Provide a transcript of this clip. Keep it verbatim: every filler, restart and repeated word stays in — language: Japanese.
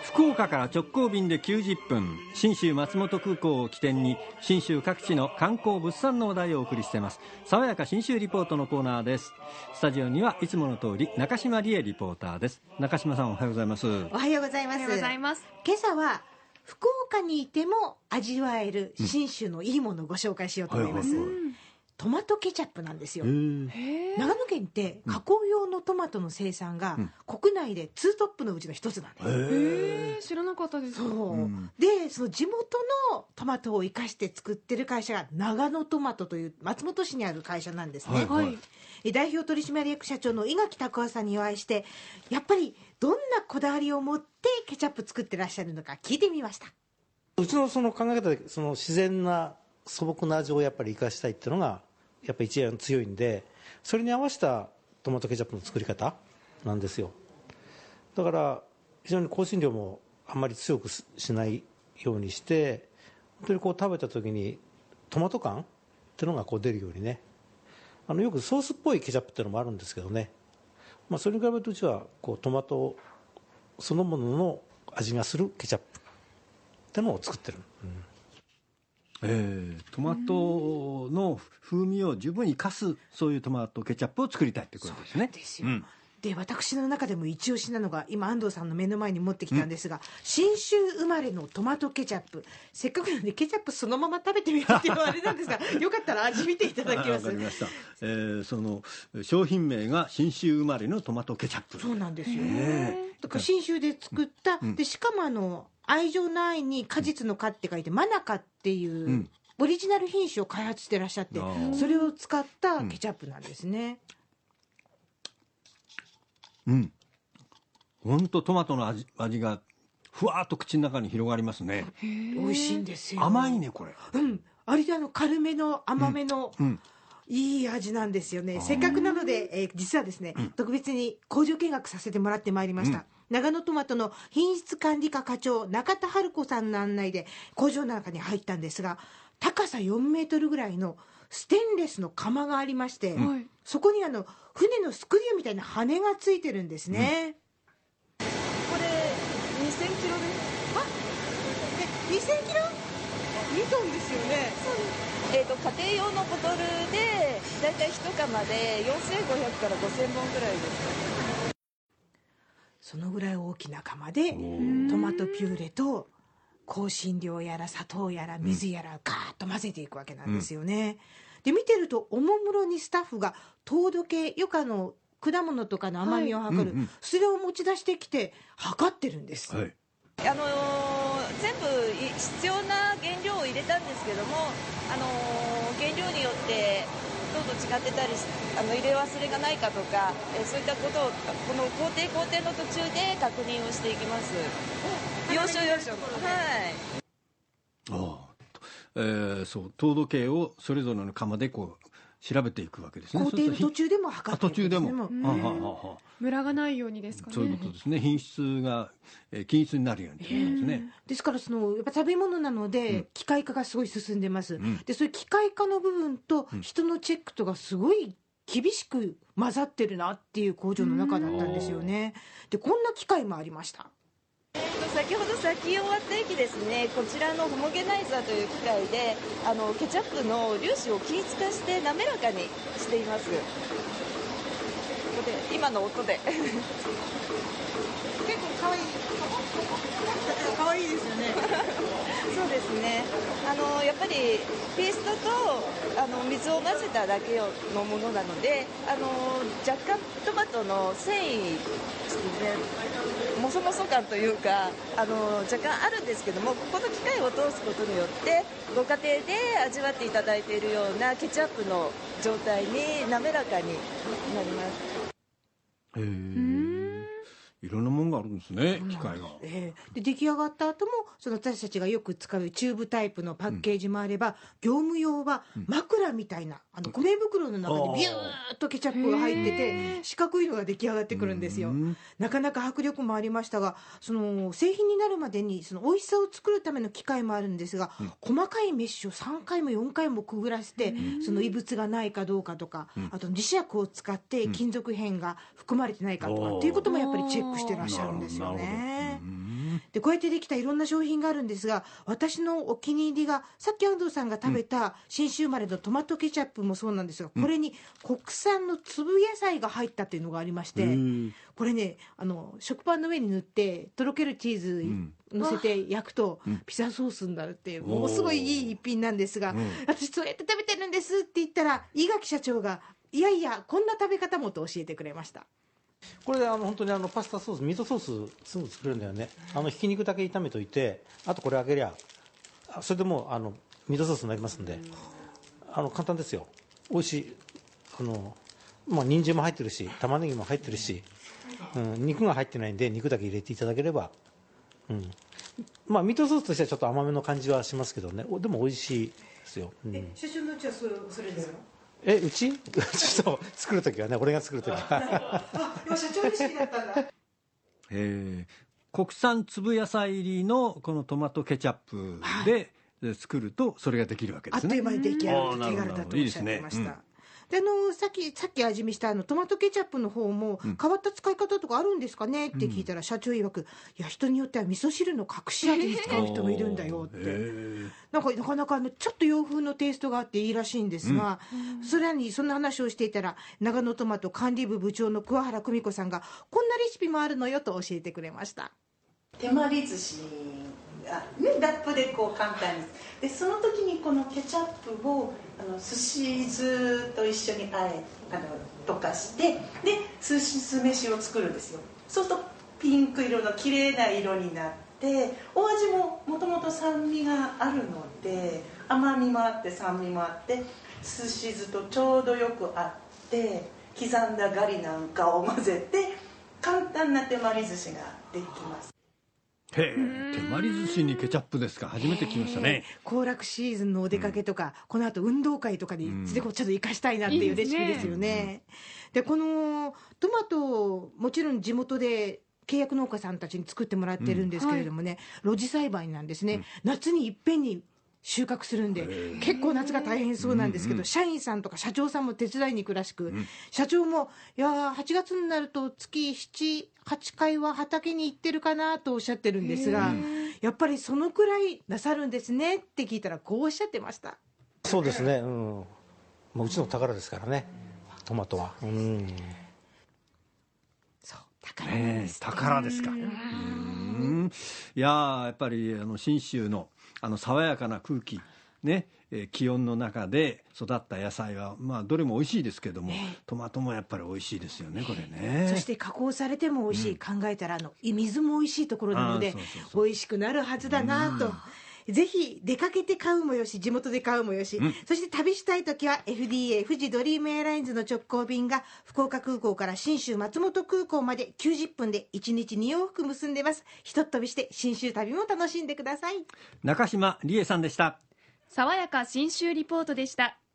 福岡から直行便できゅうじゅっぷん、信州松本空港を起点に信州各地の観光物産の話題をお送りしています。爽やか信州リポートのコーナーです。スタジオにはいつもの通り中島理恵リポーターです。中島さん、おはようございます。 おはようございます。 おはようございます。 今朝は福岡にいても味わえる信州のいいものをご紹介しようと思います、うんはいはいはい、トマトケチャップなんですよ。長野県って加工用のトマトの生産が国内でツートップのうちの一つなんです。 へー、知らなかったです。 そう、うん、でその地元のトマトを生かして作ってる会社が長野トマトという松本市にある会社なんですね、はいはい、代表取締役社長の井垣拓夫さんにお会いして、やっぱりどんなこだわりを持ってケチャップ作ってらっしゃるのか聞いてみました。 うちのその考え方でその自然な素朴な味をやっぱり生かしたいっていうのがやっぱり一番強いんで、それに合わせたトマトケチャップの作り方なんですよ。だから非常に香辛料もあんまり強くしないようにして、本当にこう食べた時にトマト感っていうのがこう出るようにね、あのよくソースっぽいケチャップっていうのもあるんですけどね、まあ、それに比べるとうちはこうトマトそのものの味がするケチャップっていうのを作ってる、うんえー、トマトの風味を十分に生かす、そういうトマトケチャップを作りたいってことですね。 そうなんですよ、うん、で私の中でも一押しなのが今安藤さんの目の前に持ってきたんですが、うん、信州生まれのトマトケチャップ。せっかくなのでケチャップそのまま食べてみようっていうのはあれなんですがよかったら味見ていただきます。 わかりました、えー、その商品名が信州生まれのトマトケチャップ。 そうなんですよ、ね、だから信州で作った、うん、でしかもあの愛情の愛に果実の果って書いてマナカっていうオリジナル品種を開発してらっしゃって、うん、それを使ったケチャップなんですね。 うんほんとトマトの 味, 味がふわっと口の中に広がりますね。 美味しいんですよ。 甘いねこれ。 うんあれであの軽めの甘めの、うんうんいい味なんですよね。せっかくなので、えー、実はですね、うん、特別に工場見学させてもらってまいりました、うん、長野トマトの品質管理課課長中田春子さんの案内で工場の中に入ったんですが、高さよんメートルぐらいのステンレスの窯がありまして、うん、そこにあの船のスクリューみたいな羽がついてるんですね、 うん、これにせんキロです。 あえにせんキロにトンですよね。 そうですえー、と家庭用のボトルでだいたいいち釜でよんせんごひゃくからごせんぼんぐらいです。 そのぐらい大きな釜でトマトピューレと香辛料やら砂糖やら水やらガーッと混ぜていくわけなんですよね、うん、で見てるとおもむろにスタッフが糖度計よくあの果物とかの甘みを測る、はいうんうん、それを持ち出してきて測ってるんです、はいあのー、全部必要な原料を入れたんですけども、あのー、原料によってどんどん違ってたりあの入れ忘れがないかとか、えー、そういったことをこの工程工程の途中で確認をしていきます。要所要所はいああ、えー、そう糖度計をそれぞれの釜でこう調べていくわけですね。 工程の途中でも測っていく、 途中でもムラがないようにですかね。 そういうことですね。品質が、えー、均一になるようにということですね。 ですからそのやっぱ食べ物なので、うん、機械化がすごい進んでます、うん、でそういう機械化の部分と人のチェックとがすごい厳しく混ざってるなっていう工場の中だったんですよね。でこんな機械もありました。 先ほど先終わった駅ですね、こちらのホモゲナイザーという機械であのケチャップの粒子を均一化して滑らかにしています。ここで今の音で結構かわいいかわいいですよねそうですね、あのやっぱりペーストとあの水を混ぜただけのものなので、あの若干トマトの繊維ですね、もそもそ感というかあの若干あるんですけども、ここの機械を通すことによってご家庭で味わっていただいているようなケチャップの状態に滑らかになります。 へー、いろんなものがあるんですね、機械が、 えー、で出来上がった後もその私たちがよく使うチューブタイプのパッケージもあれば、うん、業務用は枕みたいなあの米袋の中にビューッとケチャップが入ってて四角いのが出来上がってくるんですよ。なかなか迫力もありましたが、その製品になるまでにその美味しさを作るための機械もあるんですが、うん、細かいメッシュをさんかいもよんかいもくぐらせてその異物がないかどうかとか、うん、あと磁石を使って金属片が含まれてないかとかっていうこともやっぱりチェックしてらっしゃるんですよね。ででこうやってできたいろんな商品があるんですが、私のお気に入りがさっき安藤さんが食べた信州生まれのトマトケチャップもそうなんですが、これに国産の粒野菜が入ったっていうのがありまして、うん、これねあの食パンの上に塗ってとろけるチーズ乗せて焼くとピザソースになるっていう、ものすごいいい一品なんですが、うん、私そうやって食べてるんですって言ったら井垣社長がいやいやこんな食べ方もと教えてくれました。 これであの本当にあのパスタソースミートソースすぐ作れるんだよね。あのひき肉だけ炒めといて、あとこれ揚げりゃそれでもうあのミートソースになりますんで、あの簡単ですよ。美味しい。あのまあ人参も入ってるし玉ねぎも入ってるし、うん、肉が入ってないんで肉だけ入れていただければ、うん、まあミートソースとしてはちょっと甘めの感じはしますけどね、でも美味しいですよ。うん、 え社長のうちはそれそれですか？ えうちちょっと作るときはね、俺が作るときはあ、今社長レシピだったんだ。 えー、国産粒野菜入りのこのトマトケチャップで作るとそれができるわけですね。 あっという間に出来上がる手軽だとおっしゃってました。であのさっきさっき味見したあのトマトケチャップの方も変わった使い方とかあるんですかねって聞いたら、社長曰くいや人によっては味噌汁の隠し味に使う人もいるんだよって、なんかなかなかあのちょっと洋風のテイストがあっていいらしいんですが、うん、それにそんな話をしていたら長野トマト管理部部長の桑原久美子さんがこんなレシピもあるのよと教えてくれました。 手まり寿司が、ね、ラップでこう簡単にで、その時にこのケチャップをあの寿司酢と一緒にあえあの溶かしてで寿司酢飯を作るんですよ。そうするとピンク色の綺麗な色になってお味ももともと酸味があるので甘みもあって酸味もあって寿司酢とちょうどよくあって刻んだガリなんかを混ぜて簡単な手まり寿司ができます。 へえ、手まり寿司にケチャップですか。初めて聞きましたね。 行楽シーズンのお出かけとか、うん、この後運動会とかにちょっと生かしたいなっていうレシピですよね。でこのトマトもちろん地元で契約農家さんたちに作ってもらってるんですけれどもね、うんはい、露地栽培なんですね、うん、夏にいっぺんに収穫するんで結構夏が大変そうなんですけど、うんうん、社員さんとか社長さんも手伝いに行くらしく、うん、社長もいやはちがつになると月ななはちかいは畑に行ってるかなとおっしゃってるんですが、やっぱりそのくらいなさるんですねって聞いたらこうおっしゃってました。 そうですね、うん、もううちの宝ですからねトマトは。うんそう宝です、 ね、宝ですか。うんいややっぱりあの信州のあの爽やかな空気ね、えー、気温の中で育った野菜は、まあ、どれも美味しいですけども、ね、トマトもやっぱり美味しいですよねこれね。 そして加工されても美味しい、うん、考えたらあの水も美味しいところなのでそうそうそう美味しくなるはずだなと、うん、ぜひ出かけて買うもよし地元で買うもよし、うん、そして旅したいときは エフディーエー 富士ドリームエアラインズの直行便が福岡空港から信州松本空港まできゅうじゅっぷんでいちにちに往復結んでます。ひとっ飛びして信州旅も楽しんでください。 中島理恵さんでした。 爽やか信州リポートでした。